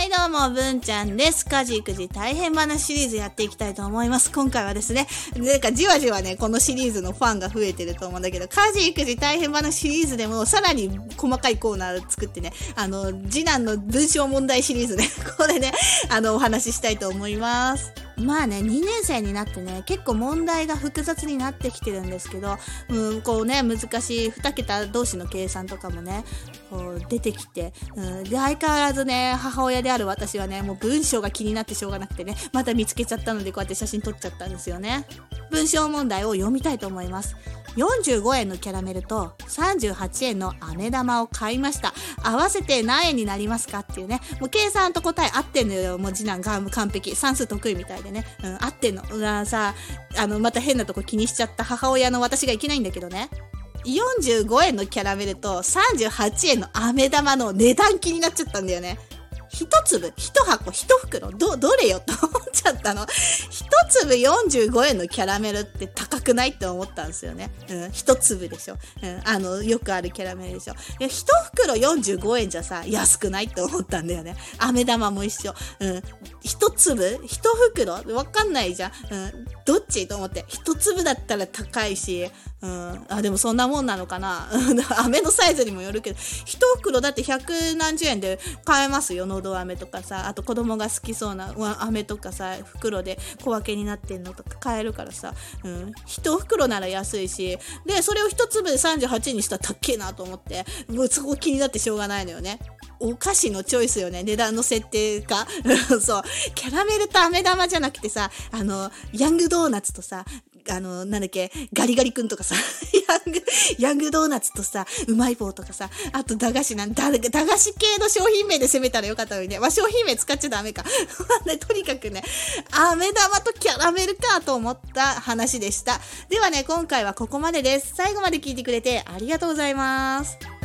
はいどうも、文ちゃんです。家事育児大変話シリーズやっていきたいと思います。今回はですね、なんかじわじわね、このシリーズのファンが増えてると思うんだけど、家事育児大変話シリーズでもさらに細かいコーナー作ってね、次男の文章問題シリーズね、これね、お話ししたいと思います。まあね、2年生になってね、結構問題が複雑になってきてるんですけど、こうね、難しい2桁同士の計算とかもね、こう出てきて、で、相変わらずね、母親である私はね、もう文章が気になってしょうがなくてね、また見つけちゃったので、こうやって写真撮っちゃったんですよね。文章問題を読みたいと思います。45円のキャラメルと38円の飴玉を買いました。合わせて何円になりますかっていうね。もう計算と答え合ってんのよ。もう次男が完璧。算数得意みたいでね。合ってんの。さ、また変なとこ気にしちゃった母親の私がいけないんだけどね。45円のキャラメルと38円の飴玉の値段気になっちゃったんだよね。一粒、一箱、一袋、どれよと思っちゃったの。一粒45円のキャラメルって高くないって思ったんですよね。一粒でしょ。よくあるキャラメルでしょ。一袋45円じゃさ、安くないって思ったんだよね。飴玉も一緒。一粒一袋わかんないじゃん。どっちと思って。一粒だったら高いし、でもそんなもんなのかな。飴のサイズにもよるけど、一袋だって100何十円で買えますよ。のど飴とかさ、あと子供が好きそうな飴とかさ、袋で小分けになってんのとか買えるからさ、一袋なら安いし、で、それを一粒で38円にしたら高えなと思って、もうそこ気になってしょうがないのよね。お菓子のチョイスよね。値段の設定か。そう。キャラメルと飴玉じゃなくてさ、ヤングドーナツとさ、なんだっけ、ガリガリ君とかさ、ヤングドーナツとさ、うまい棒とかさ、あと駄菓子駄菓子系の商品名で攻めたらよかったのにね。まあ、商品名使っちゃダメか。とにかくね、飴玉とキャラメルかと思った話でした。ではね、今回はここまでです。最後まで聞いてくれてありがとうございます。